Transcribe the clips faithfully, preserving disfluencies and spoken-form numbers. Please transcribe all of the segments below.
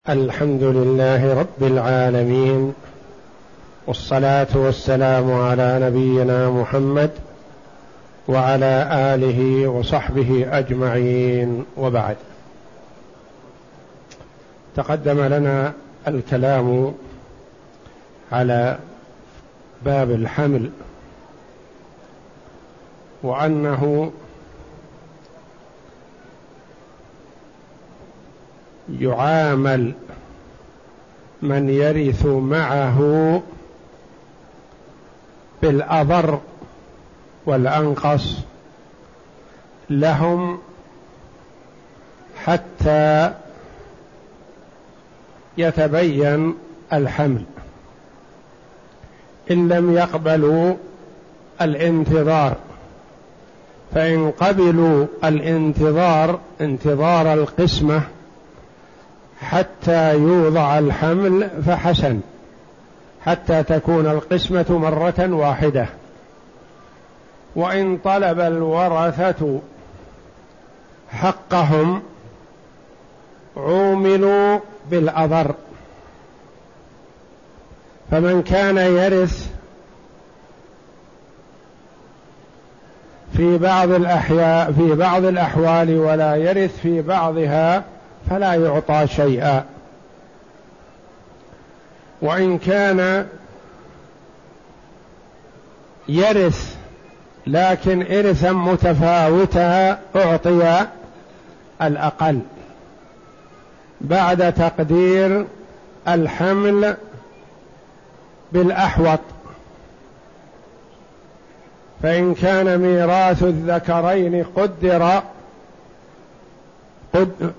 الحمد لله رب العالمين، والصلاة والسلام على نبينا محمد وعلى آله وصحبه أجمعين، وبعد. تقدم لنا الكلام على باب الحمل، وأنه يعامل من يرث معه بالأضر والأنقص لهم حتى يتبين الحمل، إن لم يقبلوا الانتظار. فإن قبلوا الانتظار انتظار القسمة حتى يوضع الحمل فحسن، حتى تكون القسمة مرة واحدة. وإن طلب الورثة حقهم عوملوا بالأضر، فمن كان يرث في بعض الأحياء في بعض الأحوال ولا يرث في بعضها فلا يعطى شيئا. وإن كان يرث لكن إرثا متفاوتا أعطي الأقل بعد تقدير الحمل بالأحوط. فإن كان ميراث الذكرين قدر قد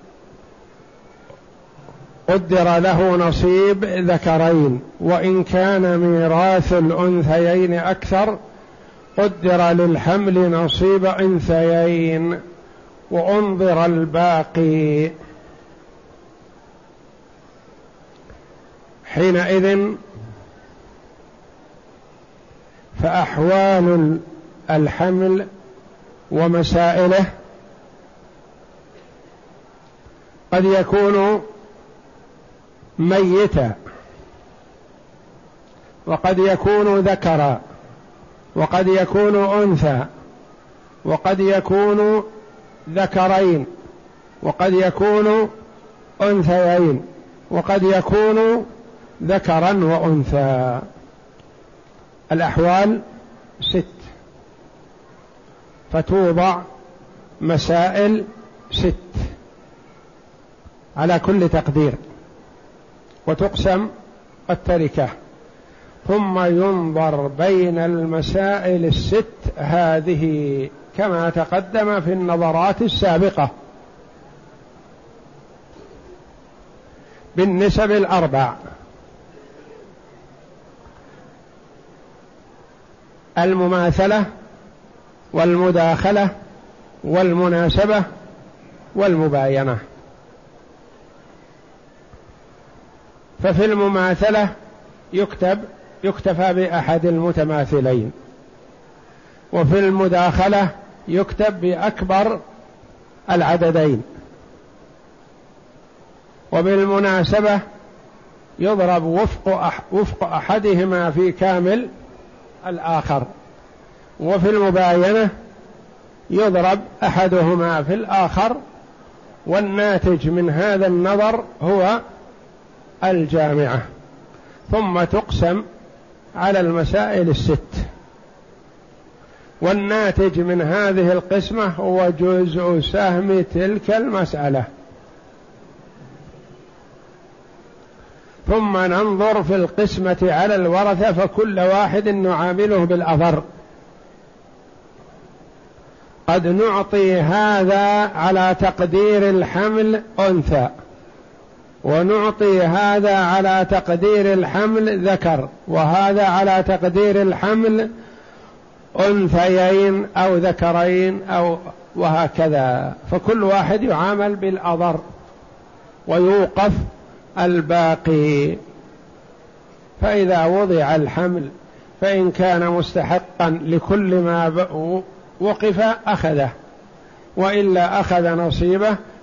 قدر له نصيب ذكرين، وإن كان ميراث الأنثيين أكثر قدر للحمل نصيب أنثيين وأنظر الباقي. حينئذ فأحوال الحمل ومسائله قد يكون ميتا، وقد يكون ذكرا، وقد يكون أنثى، وقد يكون ذكرين، وقد يكون أنثيين، وقد يكون ذكرا وأنثى. الأحوال ست، فتوضع مسائل ست على كل تقدير، وتقسم التركة، ثم ينظر بين المسائل الست هذه كما تقدم في النظرات السابقة بالنسب الأربع: المماثلة والمداخلة والمناسبة والمباينة. ففي المماثلة يكتب يكتفى بأحد المتماثلين، وفي المداخلة يكتب بأكبر العددين، وبالمناسبة يضرب وفق أح وفق أحدهما في كامل الآخر، وفي المباينة يضرب أحدهما في الآخر، والناتج من هذا النظر هو الجامعة. ثم تقسم على المسائل الست، والناتج من هذه القسمة هو جزء سهم تلك المسألة. ثم ننظر في القسمة على الورثة، فكل واحد نعامله بالأضر. قد نعطي هذا على تقدير الحمل أنثى، ونعطي هذا على تقدير الحمل ذكر، وهذا على تقدير الحمل أنثيين أو ذكرين أو وهكذا. فكل واحد يعامل بالأضر ويوقف الباقي. فإذا وضع الحمل فإن كان مستحقا لكل ما وقف أخذه، وإلا أخذ نصيبه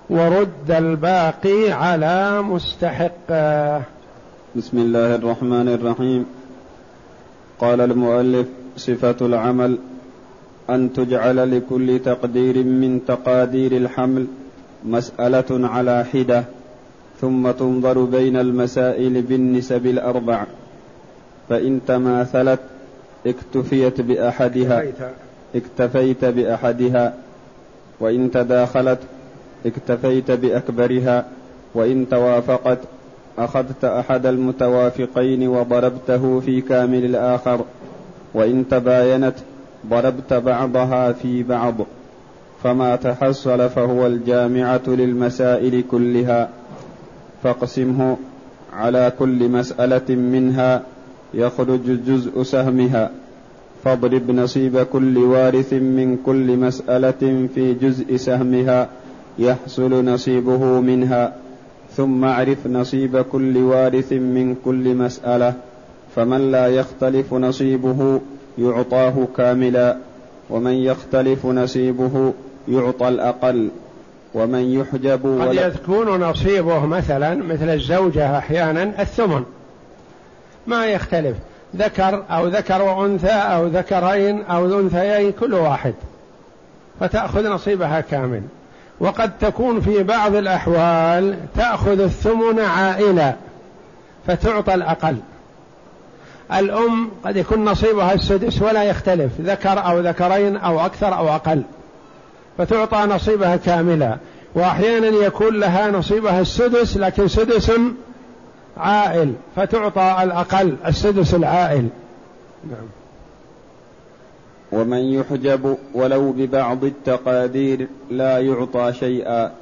ورد الباقي على مستحقه. بسم الله الرحمن الرحيم. قال المؤلف: صفة العمل أن تجعل لكل تقدير من تقادير الحمل مسألة على حدة، ثم تنظر بين المسائل بالنسب الأربع، فإن تماثلت اكتفيت بأحدها اكتفيت بأحدها، وإن تداخلت اكتفيت بأكبرها، وإن توافقت أخذت أحد المتوافقين وضربته في كامل الآخر، وإن تباينت ضربت بعضها في بعض، فما تحصل فهو الجامعة للمسائل كلها، فاقسمه على كل مسألة منها يخرج جزء سهمها، فاضرب نصيب كل وارث من كل مسألة في جزء سهمها يحصل نصيبه منها، ثم اعرف نصيب كل وارث من كل مسألة، فمن لا يختلف نصيبه يعطاه كاملا، ومن يختلف نصيبه يعطى الأقل، ومن يحجب قد يكون نصيبه مثلا مثل الزوجة أحيانا الثمن ما يختلف، ذكر أو ذكر وأنثى أو ذكرين أو أنثيين كل واحد، فتأخذ نصيبها كامل. وقد تكون في بعض الأحوال تأخذ الثمن عائلة فتعطى الأقل. الأم قد يكون نصيبها السدس ولا يختلف، ذكر أو ذكرين أو أكثر أو أقل، فتعطى نصيبها كاملا. وأحيانا يكون لها نصيبها السدس لكن سدس عائل فتعطى الأقل السدس العائل. نعم. ومن يحجب ولو ببعض التقادير لا يعطى شيئا.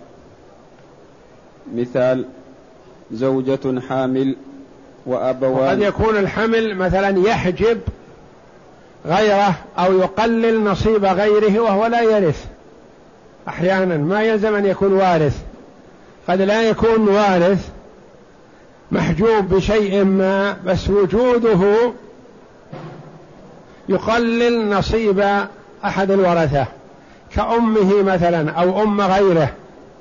مثال: زوجة حامل وأبوان. وقد يكون الحمل مثلا يحجب غيره أو يقلل نصيب غيره وهو لا يرث، أحيانا ما يلزم أن يكون وارث، قد لا يكون وارث محجوب بشيء ما، بس وجوده يقلل نصيب أحد الورثة كأمه مثلا أو أم غيره،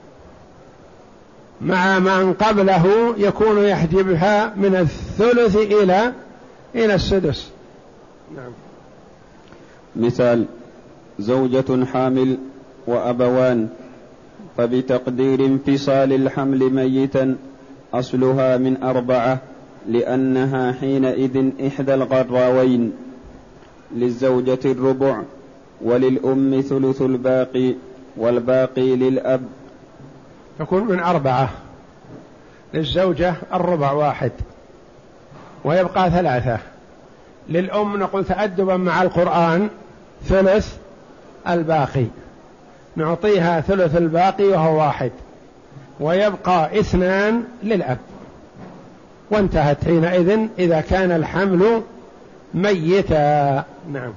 مع من قبله يكون يحجبها من الثلث إلى إلى السدس. نعم. مثال: زوجة حامل وأبوان، فبتقدير انفصال الحمل ميتا أصلها من أربعة، لأنها حينئذ إحدى الغراوين، للزوجة الربع، وللأم ثلث الباقي، والباقي للأب. تكون من أربعة، للزوجة الربع واحد ويبقى ثلاثة، للأم نقول تأدبا مع القرآن ثلث الباقي، نعطيها ثلث الباقي وهو واحد، ويبقى اثنان للأب، وانتهت حينئذ إذا كان الحمل ميتا. نعم.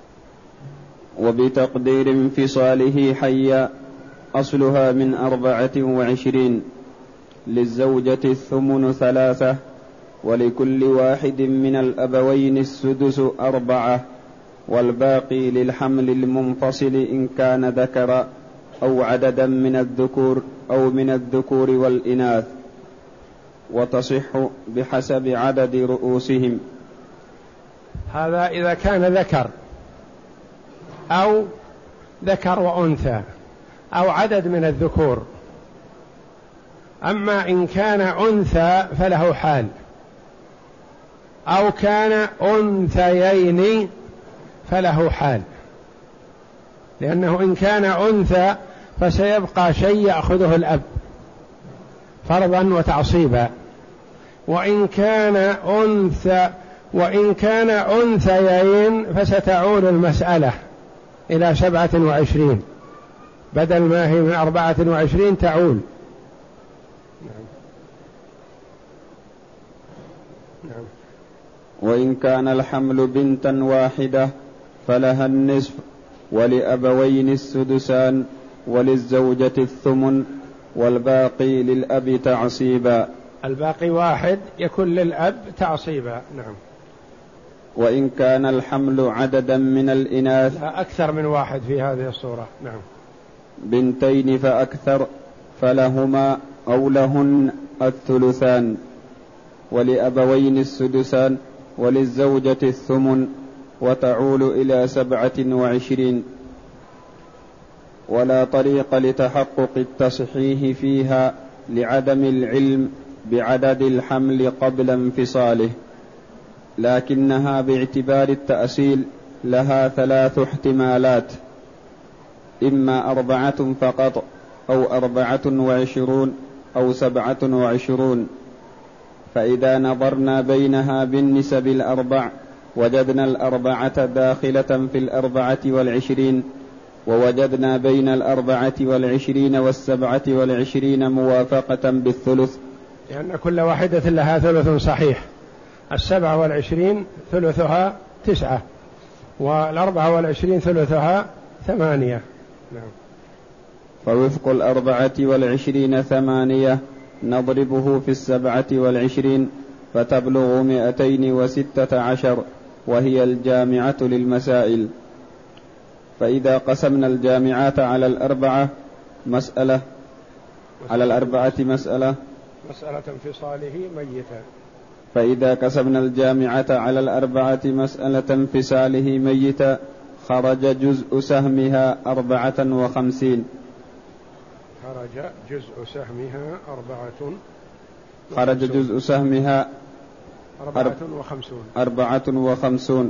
وبتقدير انفصاله حيا أصلها من أربعة وعشرين، للزوجة الثمن ثلاثة، ولكل واحد من الأبوين السدس أربعة، والباقي للحمل المنفصل إن كان ذكر أو عددا من الذكور أو من الذكور والإناث، وتصح بحسب عدد رؤوسهم. هذا إذا كان ذكر أو ذكر وأنثى أو عدد من الذكور. أما إن كان أنثى فله حال، أو كان أنثيين فله حال، لأنه إن كان أنثى فسيبقى شيء يأخذه الأب فرضا وتعصيبا، وإن كان أنثى وإن كان أنثيين فستعود المسألة إلى سبعة وعشرين بدل ما هي من أربعة وعشرين تعول. نعم. نعم. وإن كان الحمل بنتا واحدة فلها النصف، ولأبوين السدسان، وللزوجة الثمن، والباقي للأب تعصيبا. الباقي واحد يكون للأب تعصيبا. نعم. وإن كان الحمل عددا من الإناث، أكثر من واحد في هذه الصورة. نعم. بنتين فأكثر فلهما أو لهن الثلثان، ولأبوين السدسان، وللزوجة الثمن، وتعول إلى سبعة وعشرين. ولا طريق لتحقق التصحيح فيها لعدم العلم بعدد الحمل قبل انفصاله، لكنها باعتبار التأصيل لها ثلاث احتمالات: إما أربعة فقط، أو أربعة وعشرون، أو سبعة وعشرون. فإذا نظرنا بينها بالنسب الأربع وجدنا الأربعة داخلة في الأربعة والعشرين، ووجدنا بين الأربعة والعشرين والسبعة والعشرين موافقة بالثلث، لأن كل واحدة لها ثلث صحيح. السبعة والعشرين ثلثها تسعة، والأربعة والعشرين ثلثها ثمانية. نعم. فوفق الأربعة والعشرين ثمانية نضربه في السبعة والعشرين فتبلغ مئتين وستة عشر، وهي الجامعة للمسائل. فإذا قسمنا الجامعات على الأربعة مسألة على الأربعة مسألة مسألة انفصاله ميتا. فإذا قسمنا الجامعة على الأربعة مسألة انفصاله ميتا خرج جزء سهمها أربعة وخمسين. خرج جزء سهمها أربعة خرج جزء سهمها أربعة وخمسون أربعة وخمسون.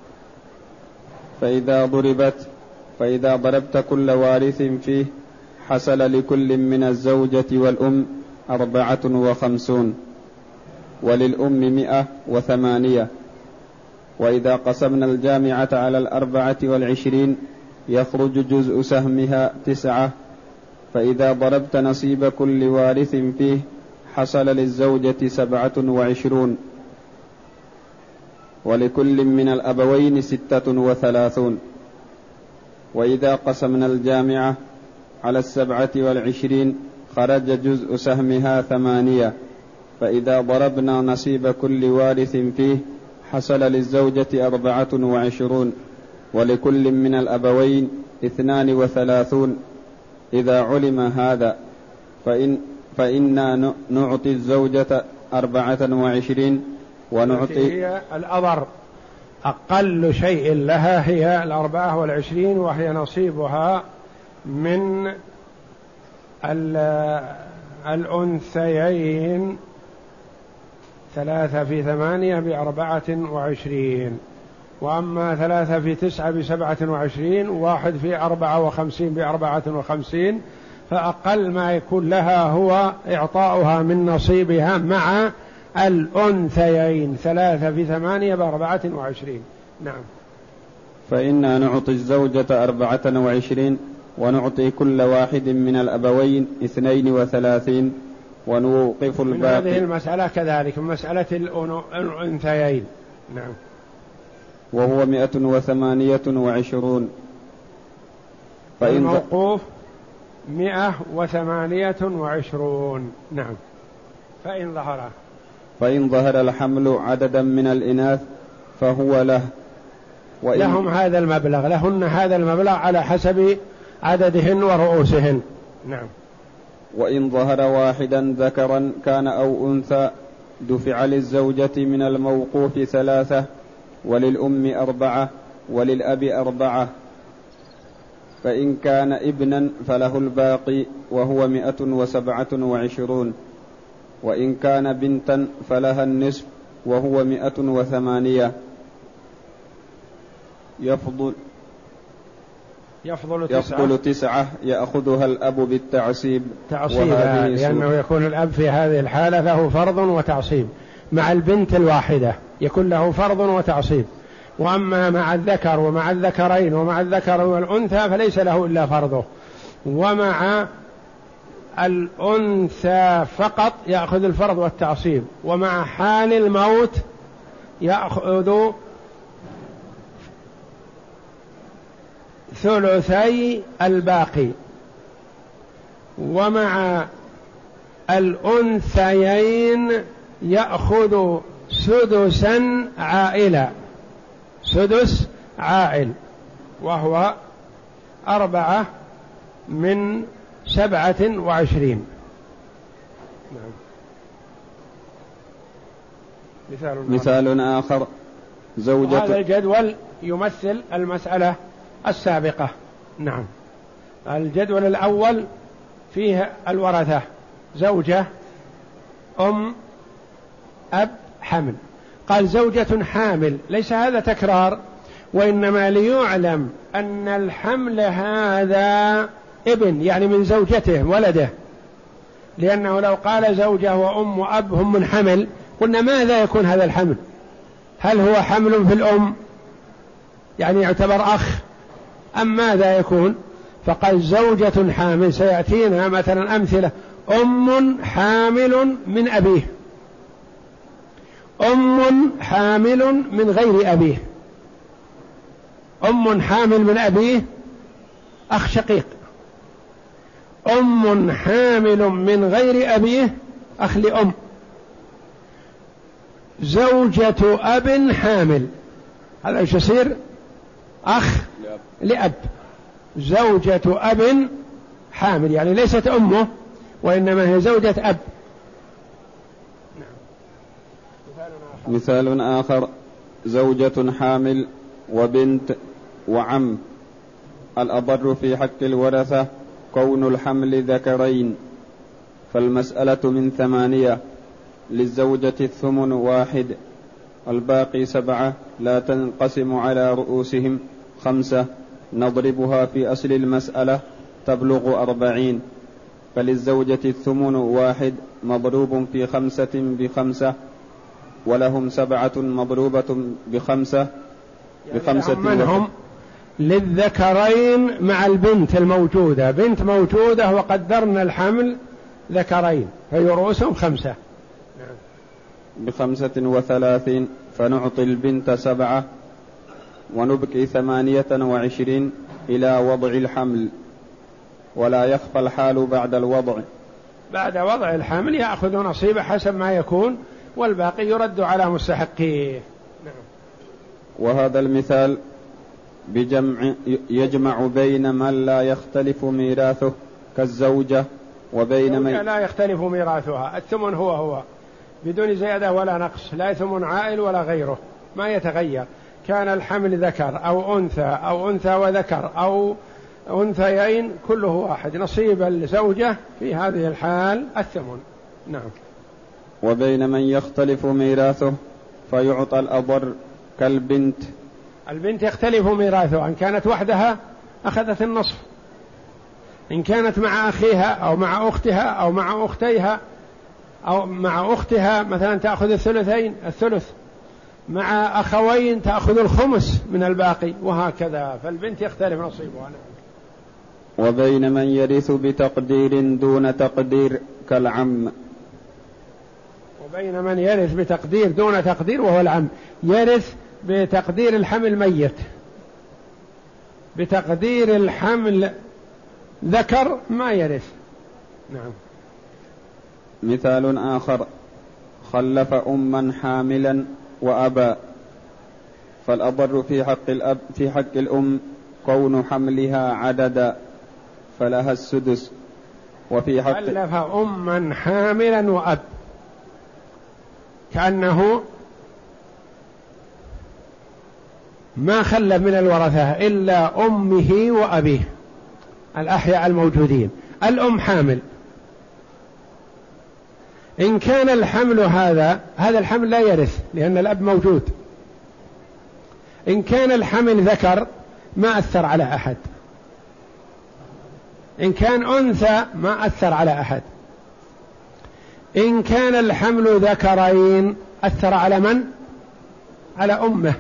فإذا ضربت فإذا ضربت كل وارث فيه حصل لكل من الزوجة والأم أربعة وخمسون، وللأم مئة وثمانية. وإذا قسمنا الجامعة على الأربعة والعشرين يخرج جزء سهمها تسعة. فإذا ضربت نصيب كل وارث فيه حصل للزوجة سبعة وعشرون، ولكل من الأبوين ستة وثلاثون. وإذا قسمنا الجامعة على السبعة والعشرين خرج جزء سهمها ثمانية. فإذا ضربنا نصيب كل وارث فيه حصل للزوجة أربعة وعشرون، ولكل من الأبوين اثنان وثلاثون. إذا علم هذا فإن فإنا نعطي الزوجة أربعة وعشرين ونعطي هي الأضر، أقل شيء لها هي الأربعة والعشرين، وهي نصيبها من الأنثيين. ثلاثة في ثمانية بأربعة وعشرين، وأما ثلاثة في تسعة بسبعة وعشرين، واحد في أربعة وخمسين بأربعة وخمسين. فأقل ما يكون لها هو إعطاؤها من نصيبها مع الأنثيين، ثلاثة في ثمانية بأربعة وعشرين. نعم. فإنا نعطي الزوجة أربعة وعشرين ونعطي كل واحد من الأبوين اثنين وثلاثين ونوقف الباقي. من هذه المسألة كذلك مسألة الأنثيين. نعم. وهو مئة وثمانية وعشرون. الموقوف مئة وثمانية وعشرون. نعم. فإن ظهر فإن ظهر الحمل عددا من الإناث فهو له، لهم هذا المبلغ، لهن هذا المبلغ على حسب عددهن ورؤوسهن. نعم. وإن ظهر واحدا ذكرا كان أو أنثى دفع للزوجة من الموقوف ثلاثة، وللأم أربعة، وللأب أربعة. فإن كان ابنا فله الباقي وهو مئة وسبعة وعشرون، وإن كان بنتا فلها النصف وهو مئة وثمانية. يفضل يفضل تسعة, يفضل تسعة يأخذها الأب بالتعصيب، تعصيبا، لأنه يكون الأب في هذه الحالة له فرض وتعصيب. مع البنت الواحدة يكون له فرض وتعصيب، وأما مع الذكر ومع الذكرين ومع الذكر والأنثى فليس له إلا فرضه. ومع الأنثى فقط يأخذ الفرض والتعصيب، ومع حال الموت يأخذ ثلثي الباقي، ومع الأنثيين يأخذ سدسا عائلا، سدس عائل، وهو أربعة من سبعة وعشرين. نعم. مثال, مثال آخر زوجة. هذا الجدول يمثل المسألة السابقة. نعم. الجدول الأول فيه الورثة زوجة أم أب حمل. قال زوجة حامل، ليس هذا تكرار، وإنما ليعلم أن الحمل هذا ابن، يعني من زوجته ولده، لأنه لو قال زوجة وأم وأب هم من حمل قلنا ماذا يكون هذا الحمل؟ هل هو حمل في الأم يعني يعتبر أخ أم ماذا يكون؟ فقال زوجة حامل. سيأتينا مثلا أمثلة: أم حامل من أبيه، أم حامل من غير أبيه. أم حامل من أبيه أخ شقيق، أم حامل من غير أبيه أخ لأم. زوجة أب حامل، هذا ايش يصير؟ أخ لأب. زوجة أب حامل يعني ليست أمه وإنما هي زوجة أب. مثال آخر زوجة حامل وبنت وعم. الأضر في حق الورثة كون الحمل ذكرين، فالمسألة من ثمانية، للزوجة الثمن واحد، الباقي سبعة، لا تنقسم على رؤوسهم خمسة، نضربها في أصل المسألة تبلغ أربعين، فللزوجة الثمن واحد مضروب في خمسة بخمسة، ولهم سبعة مضروبة بخمسة بخمسة. يعني منهم للذكرين مع البنت الموجودة، بنت موجودة وقدرنا الحمل ذكرين فيرؤوسهم خمسة بخمسة وثلاثين، فنعطي البنت سبعة ونبكي ثمانية وعشرين إلى وضع الحمل، ولا يخفى الحال بعد الوضع. بعد وضع الحمل يأخذ نصيبه حسب ما يكون، والباقي يرد على مستحقيه. نعم. وهذا المثال بجمع يجمع بين من لا يختلف ميراثه كالزوجة وبين من لا يختلف ميراثها. الثمن هو هو بدون زيادة ولا نقص، لا ثمن عائل ولا غيره، ما يتغير. كان الحمل ذكر أو أنثى أو أنثى وذكر أو أنثيين كله واحد، نصيب الزوجة في هذه الحال الثمن. نعم. وبين من يختلف ميراثه فيعطى الأضر كالبنت. البنت يختلف ميراثها، إن كانت وحدها أخذت النصف، إن كانت مع أخيها أو مع أختها أو مع أختيها أو مع أختها مثلا تأخذ الثلثين الثلث، مع أخوين تأخذ الخمس من الباقي، وهكذا. فالبنت يختلف نصيبها. وبين من يرث بتقدير دون تقدير كالعم. وبين من يرث بتقدير دون تقدير وهو العم، يرث بتقدير الحمل ميت، بتقدير الحمل ذكر ما يرث. نعم. مثال آخر خلف أما حاملا وأبا، فالأضر في حق الأب في حق الأم كون حملها عددا فلها السدس، وفي حق خلف أما حاملا وأب كأنه ما خلف من الورثة إلا أمه وأبيه الأحياء الموجودين. الأم حامل، إن كان الحمل هذا هذا الحمل لا يرث لأن الأب موجود. إن كان الحمل ذكر ما أثر على أحد، إن كان أنثى ما أثر على أحد. إن كان الحمل ذكرين أثر على من؟ على أمه،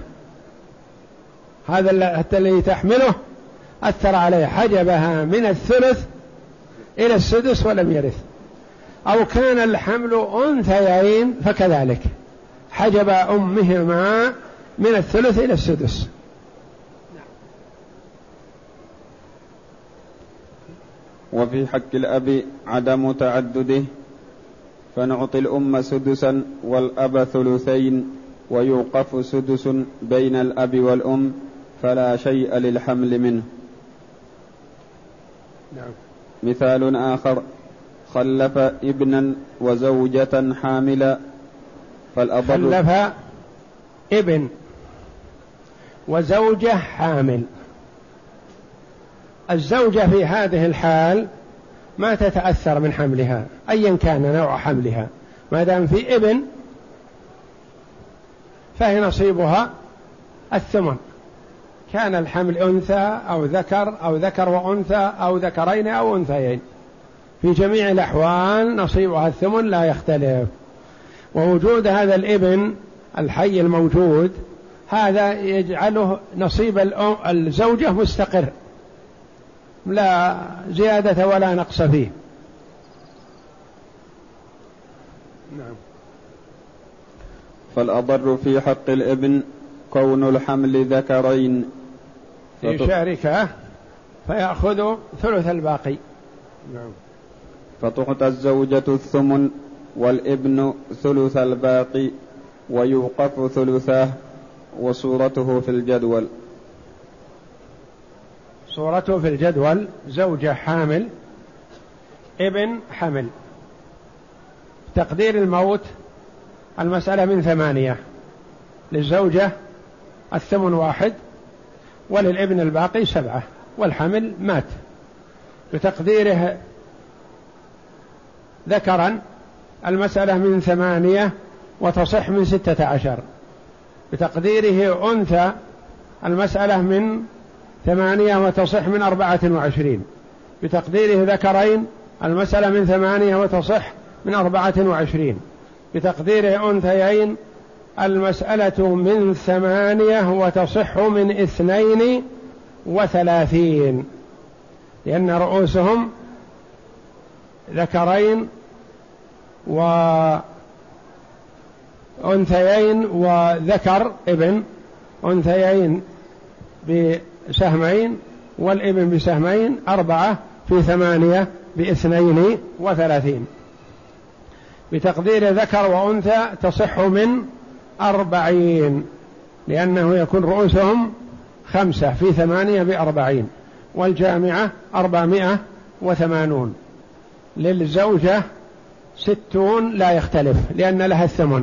هذا الذي تحمله أثر عليه، حجبها من الثلث إلى السدس ولم يرث. أو كان الحمل أنثيين فكذلك حجب أمهما من الثلث إلى السدس. وفي حق الأب عدم تعدده، فنعطي الأم سدسا والأب ثلثين، ويوقف سدس بين الأب والأم، فلا شيء للحمل منه. نعم. مثال آخر: خلف ابنا وزوجة حاملا فالأبر خلف ابن وزوجة حامل. الزوجة في هذه الحال ما تتأثر من حملها أيا كان نوع حملها، ما دام في ابن فهي نصيبها الثمن، كان الحمل أنثى أو ذكر أو ذكر وأنثى أو ذكرين أو أنثيين، في جميع الأحوال نصيبها الثمن لا يختلف. ووجود هذا الابن الحي الموجود هذا يجعله نصيب الزوجة مستقر، لا زيادة ولا نقص فيه. نعم. فالأضر في حق الابن كون الحمل ذكرين في شركة فيأخذ ثلث الباقي. نعم. فتعطى الزوجة الثمن والابن ثلث الباقي ويوقف ثلثاه. وصورته في الجدول: صورته في الجدول زوجة حامل ابن حمل. تقدير الموت المسألة من ثمانية، للزوجة الثمن واحد وللابن الباقي سبعة والحمل مات. بتقديره ذكرا المسألة من ثمانية وتصح من ستة عشر، بتقديره أنثى المسألة من ثمانية وتصح من أربعة وعشرين، بتقديره ذكرين المسألة من ثمانية وتصح من أربعة وعشرين، بتقديره أنثيين المسألة من ثمانية وتصح من اثنين وثلاثين، لأن رؤوسهم ذكرين وأنثيين وذكر ابن، أنثيين بسهمين والابن بسهمين، أربعة في ثمانية باثنين وثلاثين. بتقدير ذكر وأنثى تصح من أربعين، لأنه يكون رؤوسهم خمسة في ثمانية بأربعين، والجامعة أربعمائة وثمانون. للزوجة ستون لا يختلف لأن لها الثمن.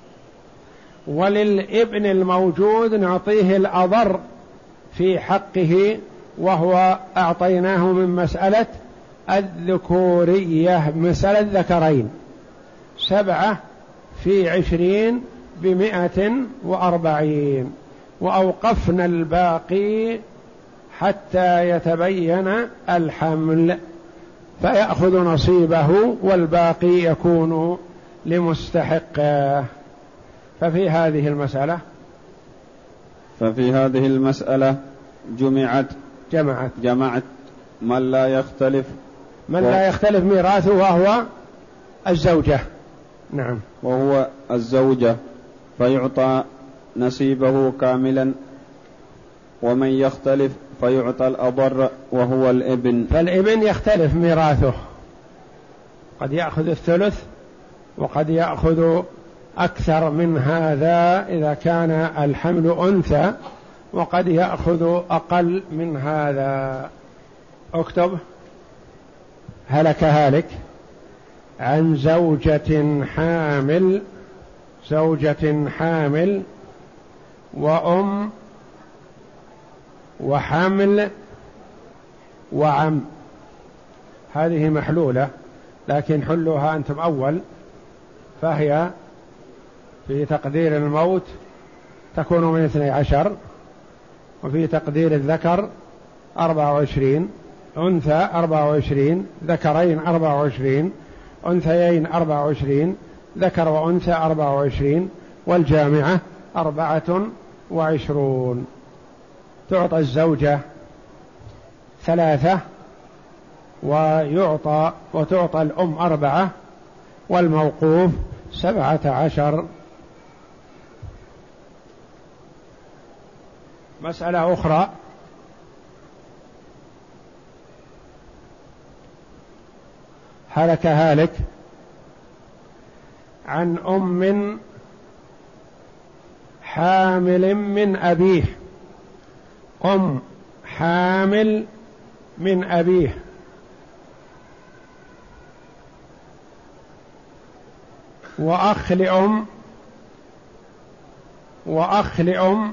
وللابن الموجود نعطيه الأضر في حقه، وهو أعطيناه من مسألة الذكورية، مسألة ذكرين، سبعة في عشرين بمائة وأربعين، وأوقفنا الباقي حتى يتبين الحمل فيأخذ نصيبه والباقي يكون لمستحقه. ففي هذه المسألة ففي هذه المسألة جمعت جمعت جمعت من لا يختلف من و... لا يختلف ميراثه وهو الزوجة. نعم. وهو الزوجة فيعطى نصيبه كاملا، ومن يختلف فيعطى الأضر وهو الابن. فالابن يختلف ميراثه، قد يأخذ الثلث وقد يأخذ أكثر من هذا إذا كان الحمل أنثى، وقد يأخذ أقل من هذا. اكتب: هلك هالك عن زوجة حامل زوجة حامل وأم وحمل وعم. هذه محلولة لكن حلوها أنتم أول، فهي في تقدير الموت تكون من اثني عشر، وفي تقدير الذكر أربعة وعشرين، أنثى أربعة وعشرين، ذكرين أربعة وعشرين، أنثيين أربعة وعشرين، ذكر وأنثى أربعة وعشرين، والجامعة أربعة وعشرون. تعطى الزوجة ثلاثة ويعطى وتعطى الأم أربعة والموقوف سبعة عشر. مسألة أخرى: هلك هالك عن أم حامل من أبيه، أم حامل من أبيه وأخ لأم وأخ لأم،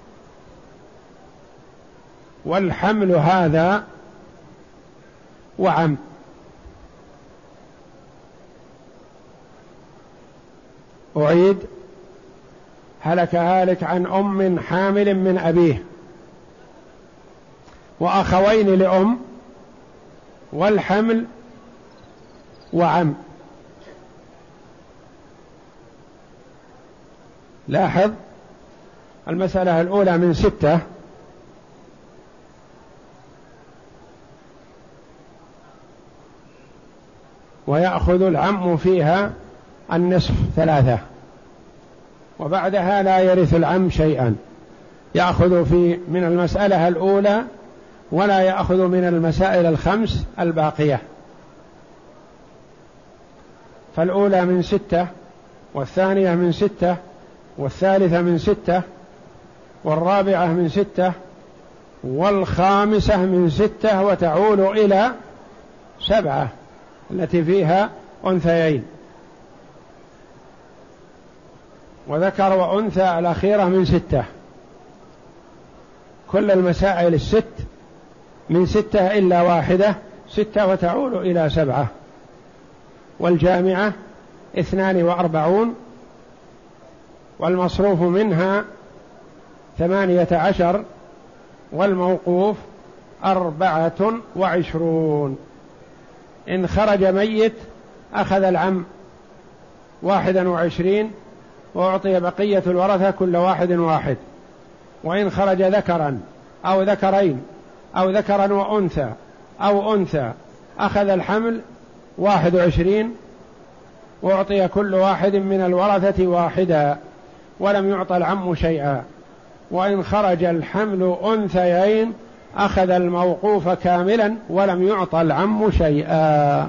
والحمل هذا وعم. أعيد: هلك هالك عن أم حامل من أبيه، وأخوين لأم، والحمل وعم. لاحظ المسألة الأولى من ستة، ويأخذ العم فيها النصف ثلاثة، وبعدها لا يرث العم شيئا، يأخذ في من المسألة الأولى ولا يأخذ من المسائل الخمس الباقية. فالأولى من ستة، والثانية من ستة، والثالثة من ستة، والرابعة من ستة، والخامسة من ستة، وتعول إلى سبعة التي فيها أنثيين، وذكر وأنثى الأخيرة من ستة. كل المسائل الست من ستة إلا واحدة ستة، وتعول إلى سبعة. والجامعة اثنان وأربعون، والمصروف منها ثمانية عشر، والموقوف أربعة وعشرون. إن خرج ميت أخذ العم واحدا وعشرين، وأعطي بقية الورثة كل واحد واحد. وإن خرج ذكرا أو ذكرين أو ذكرا وأنثى أو أنثى أخذ الحمل واحد وعشرين، وأعطي كل واحد من الورثة واحدا، ولم يعطى العم شيئا. وإن خرج الحمل أنثيين أخذ الموقوف كاملا، ولم يعطى العم شيئا.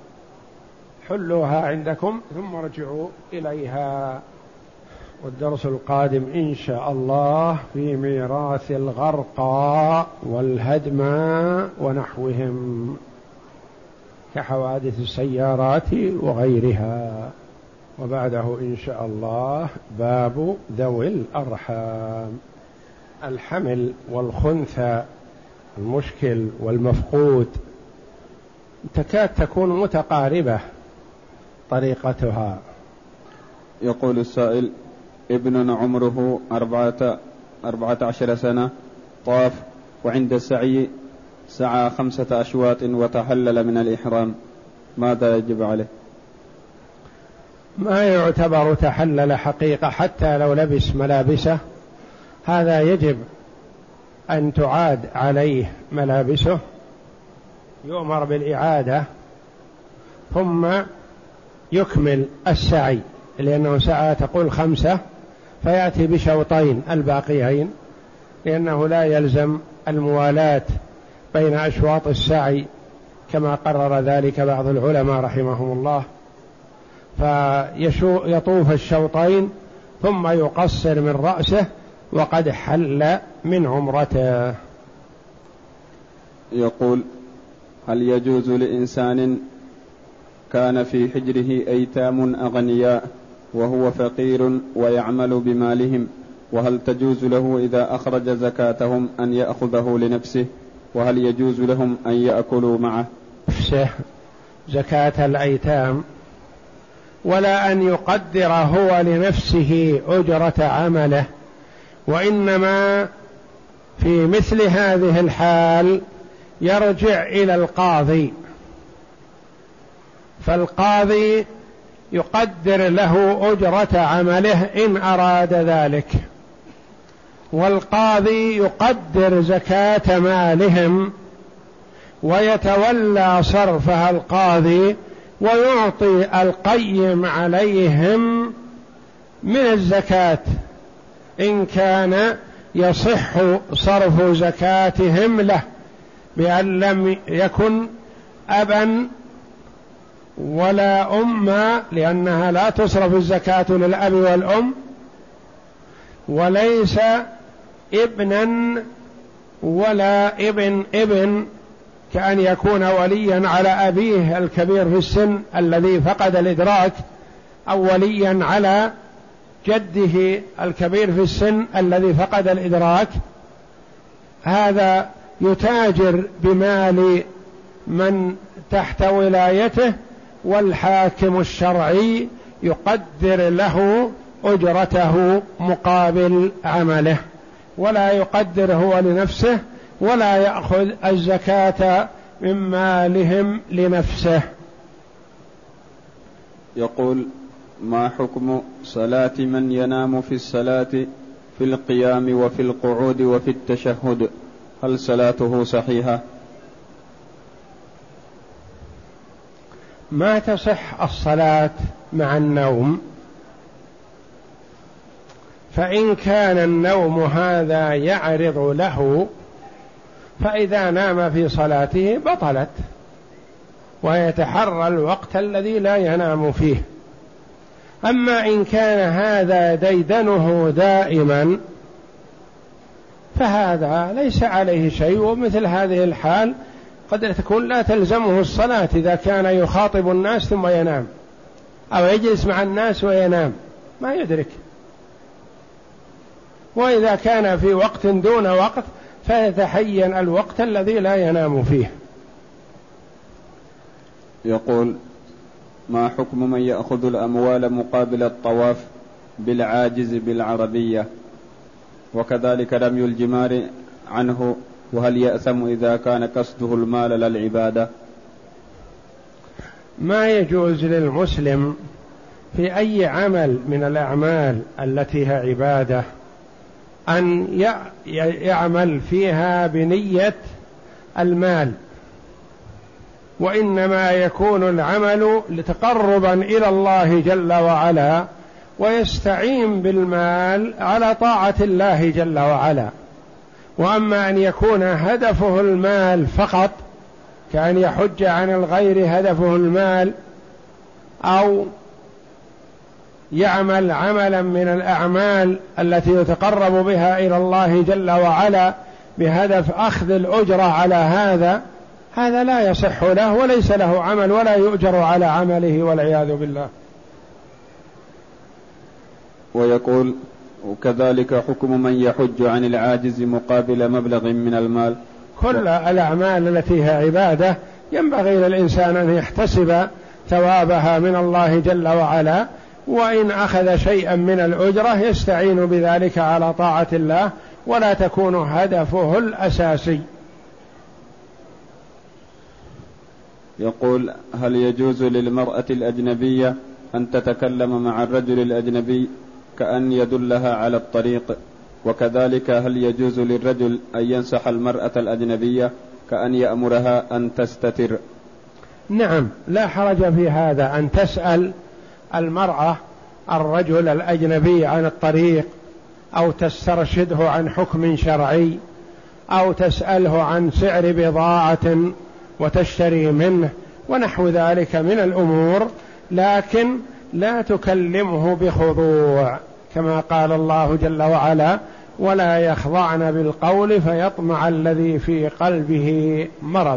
حلوها عندكم ثم ارجعوا إليها. والدرس القادم إن شاء الله في ميراث الغرقى والهدمى ونحوهم كحوادث السيارات وغيرها. وبعده إن شاء الله باب ذوي الأرحام. الحمل والخنثى، المشكل والمفقود، تكاد تكون متقاربة طريقتها. يقول السائل: ابن عمره أربعة, أربعة عشر سنة، طاف، وعند السعي سعى خمسة أشواط وتحلل من الإحرام، ماذا يجب عليه؟ ما يعتبر تحلل حقيقة حتى لو لبس ملابسه، هذا يجب أن تعاد عليه ملابسه، يؤمر بالإعادة، ثم يكمل السعي، لأنه سعى تقول خمسة، فيأتي بشوطين الباقيين، لأنه لا يلزم الموالاة بين أشواط السعي كما قرر ذلك بعض العلماء رحمهم الله. فيطوف الشوطين ثم يقصر من رأسه وقد حل من عمرته. يقول: هل يجوز لإنسان كان في حجره أيتام أغنياء وهو فقير ويعمل بمالهم، وهل تجوز له إذا أخرج زكاتهم أن يأخذه لنفسه؟ وهل يجوز لهم أن يأكلوا معه نفسه زكاة الأيتام، ولا أن يقدر هو لنفسه أجرة عمله، وإنما في مثل هذه الحال يرجع إلى القاضي، فالقاضي يقدر له أجرة عمله إن أراد ذلك، والقاضي يقدر زكاة مالهم ويتولى صرفها القاضي، ويعطي القيم عليهم من الزكاة إن كان يصح صرف زكاتهم له، بأن لم يكن أبا ولا أما، لأنها لا تصرف الزكاة للأب والأم، وليس ابنا ولا ابن ابن، كأن يكون وليا على أبيه الكبير في السن الذي فقد الإدراك أو وليا على جده الكبير في السن الذي فقد الإدراك، هذا يتاجر بمال من تحت ولايته، والحاكم الشرعي يقدر له أجرته مقابل عمله، ولا يقدر هو لنفسه، ولا يأخذ الزكاة من مالهم لنفسه. يقول: ما حكم صلاة من ينام في الصلاة في القيام وفي القعود وفي التشهد؟ هل صلاته صحيحة؟ ما تصح الصلاة مع النوم، فإن كان النوم هذا يعرض له فإذا نام في صلاته بطلت، ويتحرى الوقت الذي لا ينام فيه. أما إن كان هذا ديدنه دائما فهذا ليس عليه شيء، ومثل هذه الحال قد تكون لا تلزمه الصلاة إذا كان يخاطب الناس ثم ينام، أو يجلس مع الناس وينام ما يدرك. وإذا كان في وقت دون وقت فيتحين الوقت الذي لا ينام فيه. يقول: ما حكم من يأخذ الأموال مقابل الطواف بالعاجز بالعربية، وكذلك رمي الجمار عنه، وهل يأثم إذا كان قصده المال للعبادة؟ ما يجوز للمسلم في أي عمل من الأعمال التي هي عبادة أن يعمل فيها بنية المال، وإنما يكون العمل لتقربا إلى الله جل وعلا، ويستعين بالمال على طاعة الله جل وعلا. وأما أن يكون هدفه المال فقط، كأن يحج عن الغير هدفه المال، أو يعمل عملا من الأعمال التي يتقرب بها إلى الله جل وعلا بهدف أخذ الأجرة على هذا، هذا لا يصح له وليس له عمل ولا يؤجر على عمله والعياذ بالله. ويقول: وكذلك حكم من يحج عن العاجز مقابل مبلغ من المال. كل الأعمال التي هي عبادة ينبغي للإنسان أن يحتسب ثوابها من الله جل وعلا، وإن أخذ شيئا من الأجرة يستعين بذلك على طاعة الله، ولا تكون هدفه الأساسي. يقول: هل يجوز للمرأة الأجنبية أن تتكلم مع الرجل الأجنبي كأن يدلها على الطريق؟ وكذلك هل يجوز للرجل أن ينصح المرأة الأجنبية كأن يأمرها أن تستتر؟ نعم، لا حرج في هذا، أن تسأل المرأة الرجل الأجنبي عن الطريق، أو تسترشده عن حكم شرعي، أو تسأله عن سعر بضاعة وتشتري منه ونحو ذلك من الأمور، لكن لا تكلمه بخضوع، كما قال الله جل وعلا: ولا يخضعن بالقول فيطمع الذي في قلبه مرض.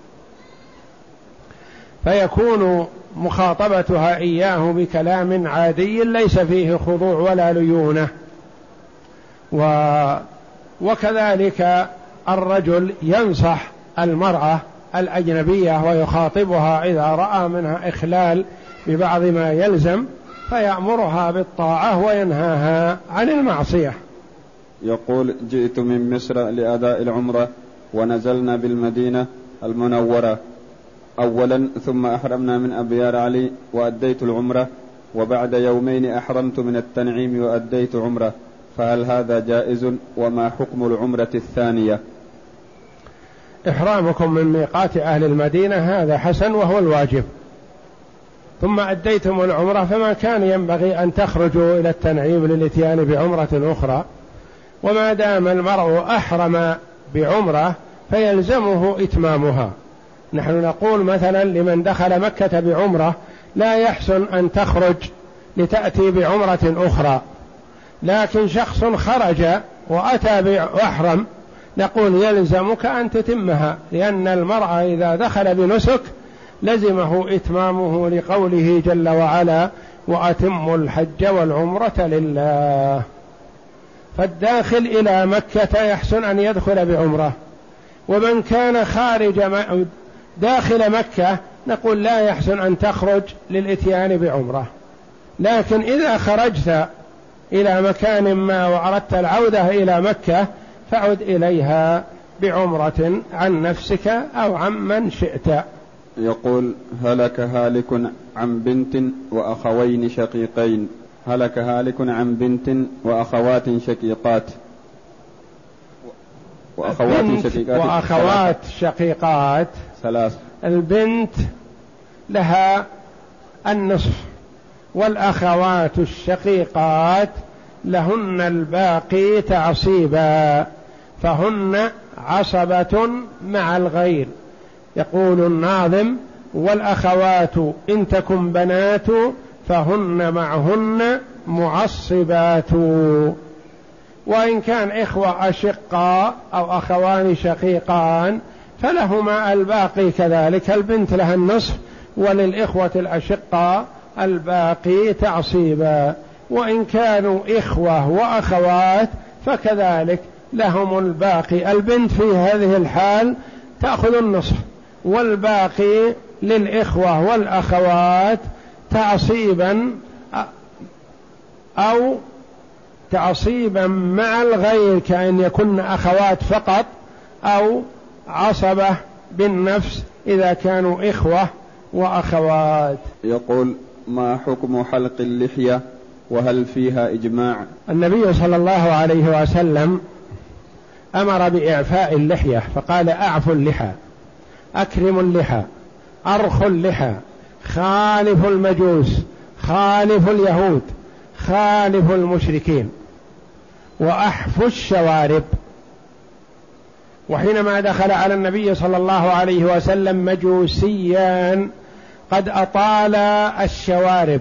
فيكون مخاطبتها إياه بكلام عادي ليس فيه خضوع ولا ليونة. و... وكذلك الرجل ينصح المرأة الأجنبية ويخاطبها إذا رأى منها إخلال ببعض ما يلزم، فيأمرها بالطاعة وينهاها عن المعصية. يقول: جئت من مصر لأداء العمرة ونزلنا بالمدينة المنورة أولا، ثم أحرمنا من أبيار علي وأديت العمرة، وبعد يومين أحرمت من التنعيم وأديت عمرة، فهل هذا جائز؟ وما حكم العمرة الثانية؟ إحرامكم من ميقات أهل المدينة هذا حسن وهو الواجب، ثم أديتم العمرة، فما كان ينبغي أن تخرجوا إلى التنعيم للإتيان بعمرة أخرى. وما دام المرء أحرم بعمرة فيلزمه إتمامها. نحن نقول مثلا لمن دخل مكة بعمرة لا يحسن أن تخرج لتأتي بعمرة أخرى، لكن شخص خرج وأتى بأحرم نقول يلزمك أن تتمها، لأن المرء إذا دخل بنسك لزمه إتمامه لقوله جل وعلا: وأتموا الحج والعمرة لله. فالداخل إلى مكة يحسن أن يدخل بعمرة، ومن كان خارج داخل مكة نقول لا يحسن أن تخرج للإتيان بعمرة. لكن إذا خرجت إلى مكان ما وأردت العودة إلى مكة فعد إليها بعمرة عن نفسك أو عن من شئت. يقول: هلك هالك عن بنت وأخوين شقيقين. هلك هالك عن بنت وأخوات شقيقات وأخوات شقيقات وأخوات شقيقات ثلاث. البنت لها النصف، والأخوات الشقيقات لهن الباقي تعصيبا، فهن عصبة مع الغير. يقول الناظم: والأخوات إن تكن بنات فهن معهن معصبات. وإن كان إخوة أشقاء أو أخوان شقيقان فلهما الباقي كذلك، البنت لها النصف وللإخوة الأشقاء الباقي تعصيبا. وإن كانوا إخوة وأخوات فكذلك لهم الباقي، البنت في هذه الحال تأخذ النصف والباقي للإخوة والأخوات تعصيبا أو تعصيبا مع الغير، كأن يكون أخوات فقط، أو عصبة بالنفس إذا كانوا إخوة وأخوات. يقول: ما حكم حلق اللحية وهل فيها إجماع؟ النبي صلى الله عليه وسلم أمر بإعفاء اللحية فقال: أعفوا اللحى، أكرموا اللحى، أرخوا اللحى، خالفوا المجوس، خالفوا اليهود، خالفوا المشركين، وأحفوا الشوارب. وحينما دخل على النبي صلى الله عليه وسلم مجوسيان قد أطالا الشوارب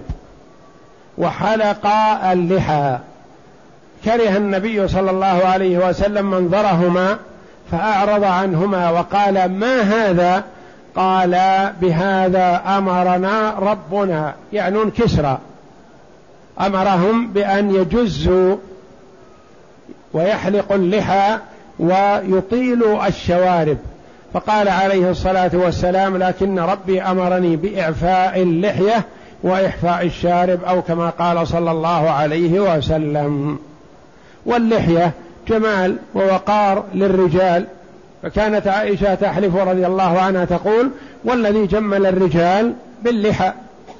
وحلقا اللحى، كره النبي صلى الله عليه وسلم منظرهما فأعرض عنهما وقال: ما هذا؟ قال: بهذا أمرنا ربنا، يعنون كسرى، أمرهم بأن يجزوا ويحلقوا اللحى ويطيلوا الشوارب، فقال عليه الصلاة والسلام: لكن ربي أمرني بإعفاء اللحية وإحفاء الشارب، أو كما قال صلى الله عليه وسلم. واللحية جمال ووقار للرجال، فكانت عائشة تحلف رضي الله عنها تقول: والذي جمل الرجال باللحى.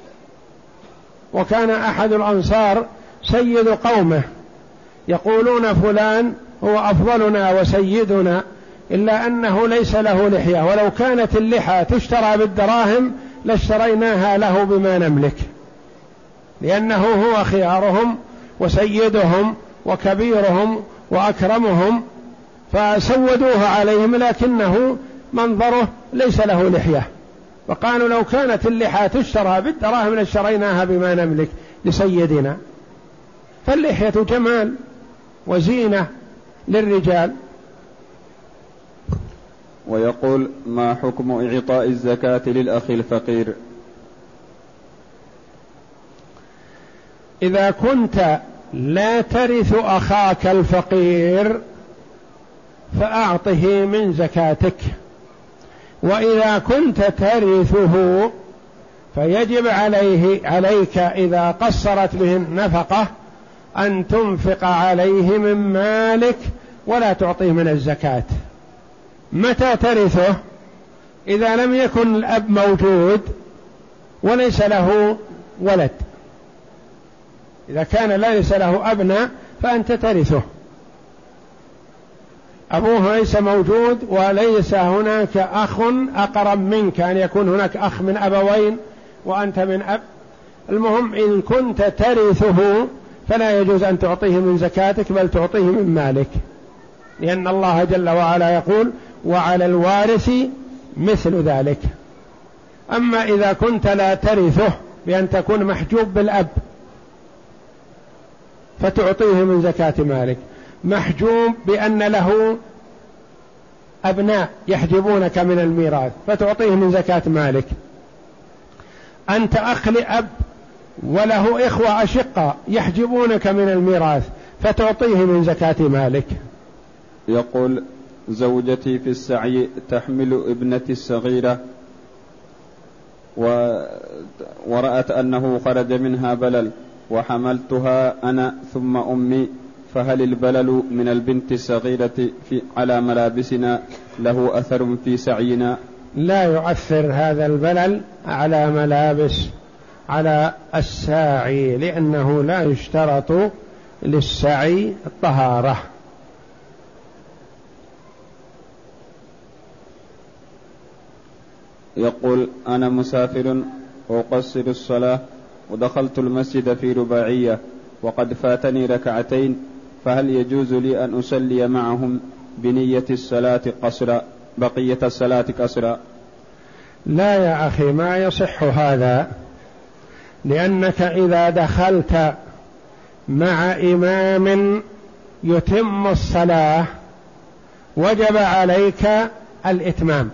وكان أحد الأنصار سيد قومه يقولون: فلان هو أفضلنا وسيدنا، إلا أنه ليس له لحية، ولو كانت اللحى تشترى بالدراهم لاشتريناها له بما نملك، لأنه هو خيارهم وسيدهم وكبيرهم وأكرمهم، فسودوه عليهم، لكنه منظره ليس له لحية، وقالوا: لو كانت اللحى تشترى بالدراهم لاشتريناها بما نملك لسيدنا. فاللحية جمال وزينة للرجال. ويقول: ما حكم إعطاء الزكاة للأخ الفقير؟ إذا كنت لا ترث أخاك الفقير فأعطه من زكاتك، وإذا كنت ترثه فيجب عليه عليك إذا قصرت به النفقة أن تنفق عليه من مالك ولا تعطيه من الزكاة. متى ترثه؟ إذا لم يكن الأب موجود وليس له ولد. إذا كان ليس له أبناء فأنت ترثه، أبوه ليس موجود وليس هناك أخ أقرب منك، أن يكون هناك أخ من أبوين وأنت من أب. المهم إن كنت ترثه فلا يجوز أن تعطيه من زكاتك، بل تعطيه من مالك، لأن الله جل وعلا يقول: وعلى الوارث مثل ذلك. أما إذا كنت لا ترثه بأن تكون محجوب بالأب فتعطيه من زكاة مالك، محجوب بأن له أبناء يحجبونك من الميراث فتعطيه من زكاة مالك، أنت أخ لأب وله إخوة أشقة يحجبونك من الميراث فتعطيه من زكاة مالك. يقول: زوجتي في السعي تحمل ابنتي الصغيرة و... ورأت أنه خرج منها بلل، وحملتها أنا ثم أمي، فهل البلل من البنت الصغيرة في على ملابسنا له أثر في سعينا؟ لا يؤثر هذا البلل على ملابس على الساعي، لأنه لا يشترط للسعي الطهارة. يقول: أنا مسافر وأقصر الصلاة ودخلت المسجد في رباعية وقد فاتني ركعتين، فهل يجوز لي أن أصلي معهم بنية الصلاة قصرا بقية الصلاة قصرا؟ لا يا أخي، ما يصح هذا، لأنك إذا دخلت مع إمام يتم الصلاة وجب عليك الإتمام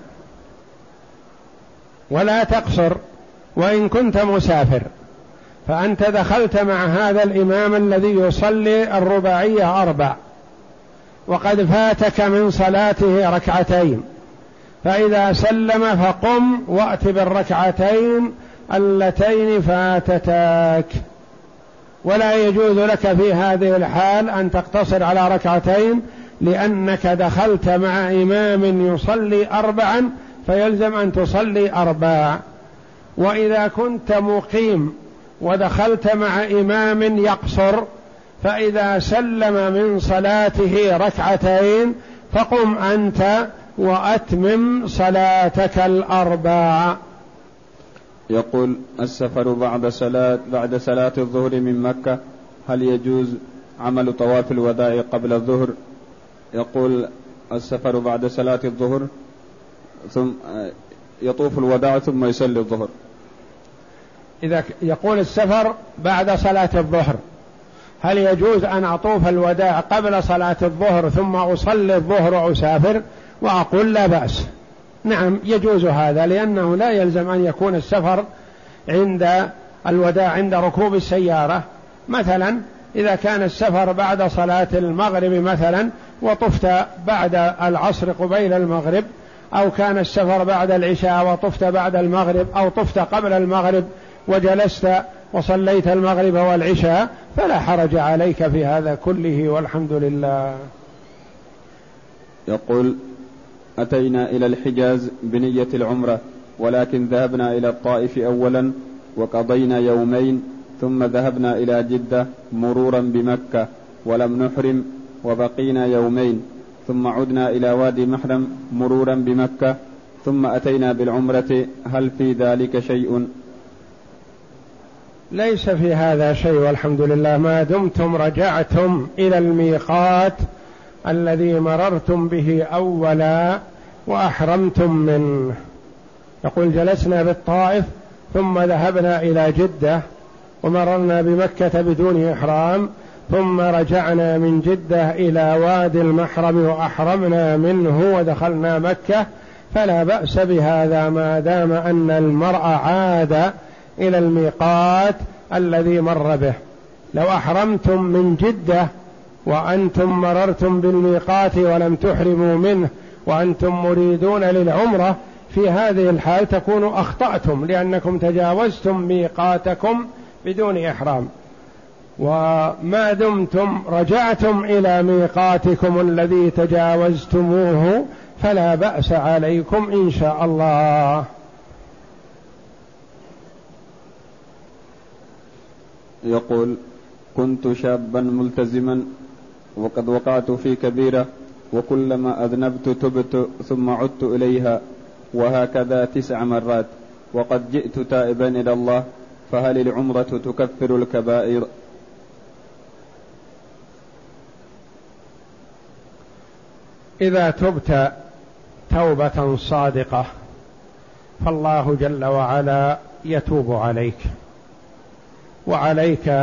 ولا تقصر وإن كنت مسافر. فأنت دخلت مع هذا الإمام الذي يصلي الرباعية أربع وقد فاتك من صلاته ركعتين، فإذا سلم فقم وأت بالركعتين اللتين فاتتاك، ولا يجوز لك في هذه الحال أن تقتصر على ركعتين، لأنك دخلت مع إمام يصلي أربعا فيلزم أن تصلي أربع. وإذا كنت مقيم ودخلت مع إمام يقصر فإذا سلم من صلاته ركعتين فقم أنت وأتمم صلاتك الأربع. يقول: السفر بعد صلاة بعد صلاة الظهر من مكة، هل يجوز عمل طواف الوداع قبل الظهر؟ يقول: السفر بعد صلاة الظهر ثم يطوف الوداع ثم يصلي الظهر. إذا يقول السفر بعد صلاة الظهر، هل يجوز أن أطوف الوداع قبل صلاة الظهر ثم أصلي الظهر وأسافر؟ وأقول لا بأس، نعم يجوز هذا، لأنه لا يلزم أن يكون السفر عند الوداع عند ركوب السيارة. مثلا إذا كان السفر بعد صلاة المغرب مثلا وطفت بعد العصر قبيل المغرب، أو كان السفر بعد العشاء وطفت بعد المغرب، أو طفت قبل المغرب وجلست وصليت المغرب والعشاء، فلا حرج عليك في هذا كله والحمد لله. يقول: أتينا إلى الحجاز بنية العمرة، ولكن ذهبنا إلى الطائف أولا وقضينا يومين، ثم ذهبنا إلى جدة مرورا بمكة ولم نحرم وبقينا يومين، ثم عدنا إلى وادي محرم مرورا بمكة، ثم أتينا بالعمرة، هل في ذلك شيء؟ ليس في هذا شيء والحمد لله، ما دمتم رجعتم إلى الميقات الذي مررتم به أولا وأحرمتم منه. يقول: جلسنا بالطائف ثم ذهبنا إلى جدة ومررنا بمكة بدون إحرام، ثم رجعنا من جدة إلى وادي المحرم وأحرمنا منه ودخلنا مكة، فلا بأس بهذا ما دام أن المرء عاد إلى الميقات الذي مر به. لو أحرمتم من جدة وأنتم مررتم بالميقات ولم تحرموا منه وأنتم مريدون للعمرة، في هذه الحال تكونوا أخطأتم، لأنكم تجاوزتم ميقاتكم بدون إحرام. وما دمتم رجعتم إلى ميقاتكم الذي تجاوزتموه فلا بأس عليكم إن شاء الله. يقول: كنت شابا ملتزما وقد وقعت في كبيرة، وكلما أذنبت تبت ثم عدت إليها، وهكذا تسع مرات، وقد جئت تائبا إلى الله، فهل العمرة تكفر الكبائر؟ إذا تبت توبة صادقة فالله جل وعلا يتوب عليك، وعليك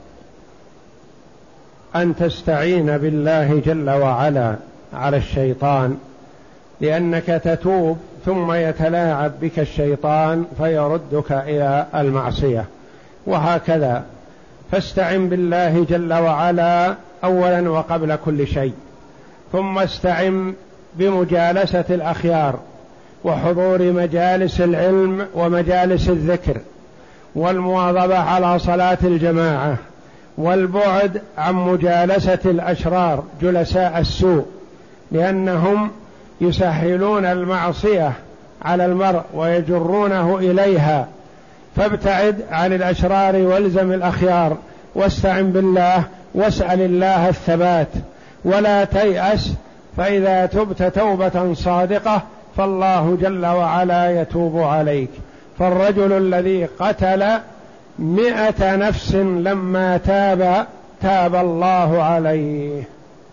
أن تستعين بالله جل وعلا على الشيطان، لأنك تتوب ثم يتلاعب بك الشيطان فيردك إلى المعصية، وهكذا. فاستعن بالله جل وعلا أولا وقبل كل شيء، ثم استعن بمجالسة الأخيار وحضور مجالس العلم ومجالس الذكر، والمواظبة على صلاة الجماعة، والبعد عن مجالسة الأشرار جلساء السوء، لأنهم يسهلون المعصية على المرء ويجرونه إليها. فابتعد عن الأشرار والزم الأخيار، واستعن بالله واسأل الله الثبات، ولا تيأس، فإذا تبت توبة صادقة فالله جل وعلا يتوب عليك. فالرجل الذي قتل مئة نفس لما تاب تاب الله عليه.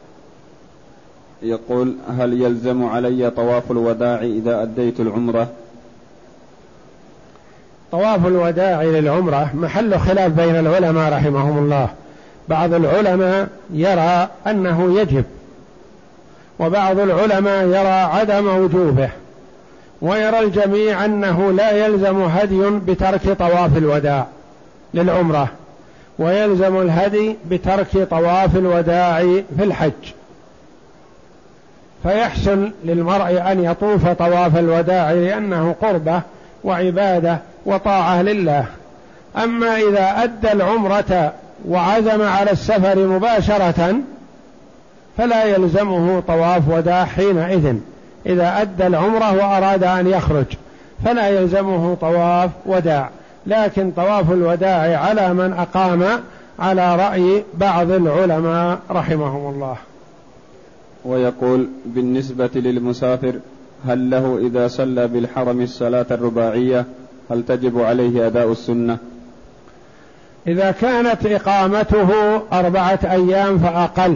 يقول: هل يلزم علي طواف الوداع إذا أديت العمرة؟ طواف الوداع للعمرة محل خلاف بين العلماء رحمهم الله. بعض العلماء يرى أنه يجب، وبعض العلماء يرى عدم وجوبه، ويرى الجميع أنه لا يلزم هدي بترك طواف الوداع للعمرة، ويلزم الهدي بترك طواف الوداع في الحج. فيحسن للمرء أن يطوف طواف الوداع لأنه قربة وعبادة وطاعة لله. أما إذا أدى العمرة وعزم على السفر مباشرة فلا يلزمه طواف وداع حينئذ. إذا أدى العمرة وأراد أن يخرج فلا يلزمه طواف وداع، لكن طواف الوداع على من أقام على رأي بعض العلماء رحمهم الله. ويقول: بالنسبة للمسافر هل له إذا صلى بالحرم الصلاة الرباعية هل تجب عليه أداء السنة؟ إذا كانت إقامته أربعة أيام فأقل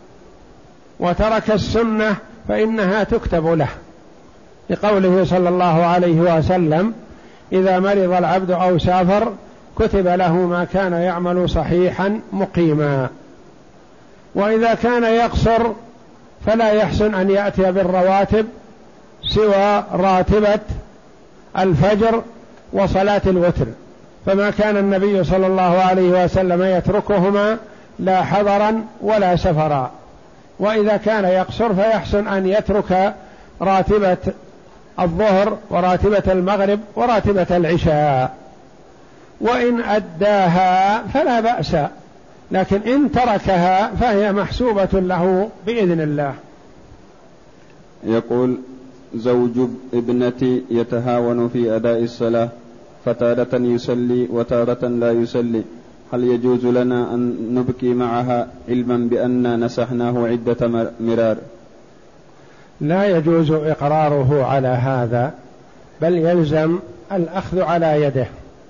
وترك السنة فإنها تكتب له، لقوله صلى الله عليه وسلم: إذا مرض العبد أو سافر كتب له ما كان يعمل صحيحا مقيما. وإذا كان يقصر فلا يحسن أن يأتي بالرواتب سوى راتبة الفجر وصلاة الوتر، فما كان النبي صلى الله عليه وسلم يتركهما لا حضرا ولا سفرا. وإذا كان يقصر فيحسن أن يترك راتبة الظهر وراتبة المغرب وراتبة العشاء، وإن أداها فلا بأس، لكن إن تركها فهي محسوبة له بإذن الله. يقول: زوج ابنتي يتهاون في أداء الصلاة، فتارة يصلي وتارة لا يصلي، هل يجوز لنا أن نبكي معها علما بأننا نصحناه عدة مرار؟ لا يجوز إقراره على هذا، بل يلزم الأخذ على يده،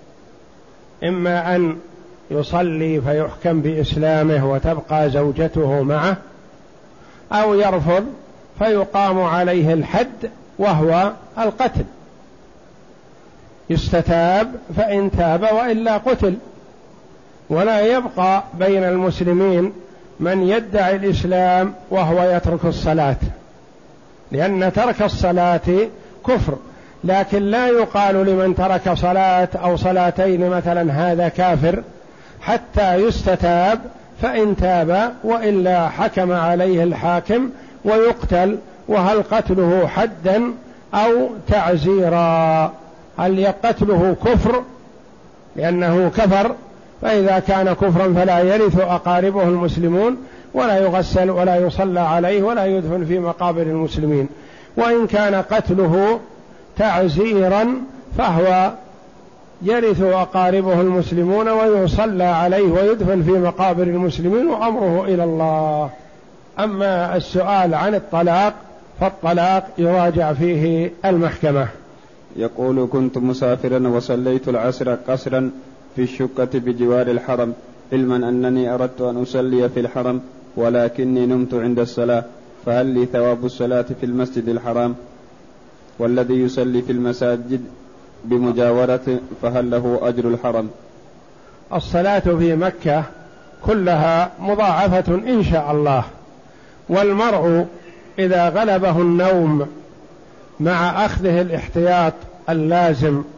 إما أن يصلي فيحكم بإسلامه وتبقى زوجته معه، أو يرفض فيقام عليه الحد وهو القتل، يستتاب فإن تاب وإلا قتل. ولا يبقى بين المسلمين من يدعي الإسلام وهو يترك الصلاة، لأن ترك الصلاة كفر، لكن لا يقال لمن ترك صلاة أو صلاتين مثلا هذا كافر حتى يستتاب، فإن تاب وإلا حكم عليه الحاكم ويقتل. وهل قتله حدا أو تعزيرا؟ هل قتله كفر لأنه كفر؟ فإذا كان كفرا فلا يرث أقاربه المسلمون، ولا يغسل ولا يصلى عليه ولا يدفن في مقابر المسلمين. وإن كان قتله تعزيرا فهو يرث أقاربه المسلمون ويصلى عليه ويدفن في مقابر المسلمين، وأمره إلى الله. أما السؤال عن الطلاق فالطلاق يراجع فيه المحكمة. يقول: كنت مسافرا وصليت العصر قصرا في الشقة بجوار الحرم، علما أنني أردت أن أصلي في الحرم ولكني نمت عند الصلاة، فهل لي ثواب الصلاة في المسجد الحرام؟ والذي يصلي في المساجد بمجاورة فهل له أجر الحرم؟ الصلاة في مكة كلها مضاعفة إن شاء الله، والمرء إذا غلبه النوم مع أخذه الاحتياط اللازم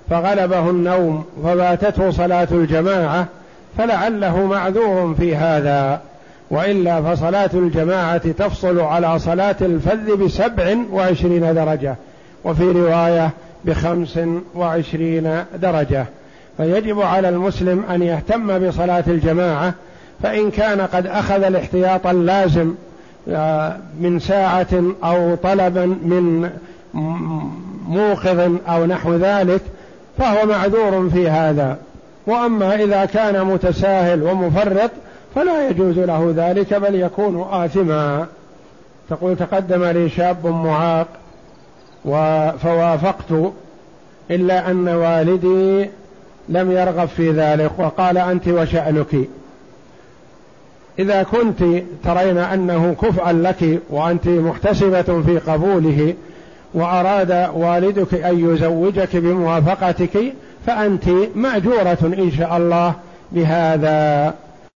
فغلبه النوم ففاتته صلاة الجماعة فلعله معذور في هذا، وإلا فصلاة الجماعة تفصل على صلاة الفذ بسبع وعشرين درجة، وفي رواية بخمس وعشرين درجة. فيجب على المسلم أن يهتم بصلاة الجماعة، فإن كان قد أخذ الاحتياط اللازم من ساعة أو طلبا من موقظ أو نحو ذلك فهو معذور في هذا. وأما إذا كان متساهل ومفرط فلا يجوز له ذلك، بل يكون آثما. تقول تقدم لي شاب معاق فوافقت، إلا أن والدي لم يرغب في ذلك وقال أنت وشأنك. إذا كنت ترين أنه كفءا لك وأنت محتسبة في قبوله وأراد والدك أن يزوجك بموافقتك فأنت مأجورة إن شاء الله بهذا.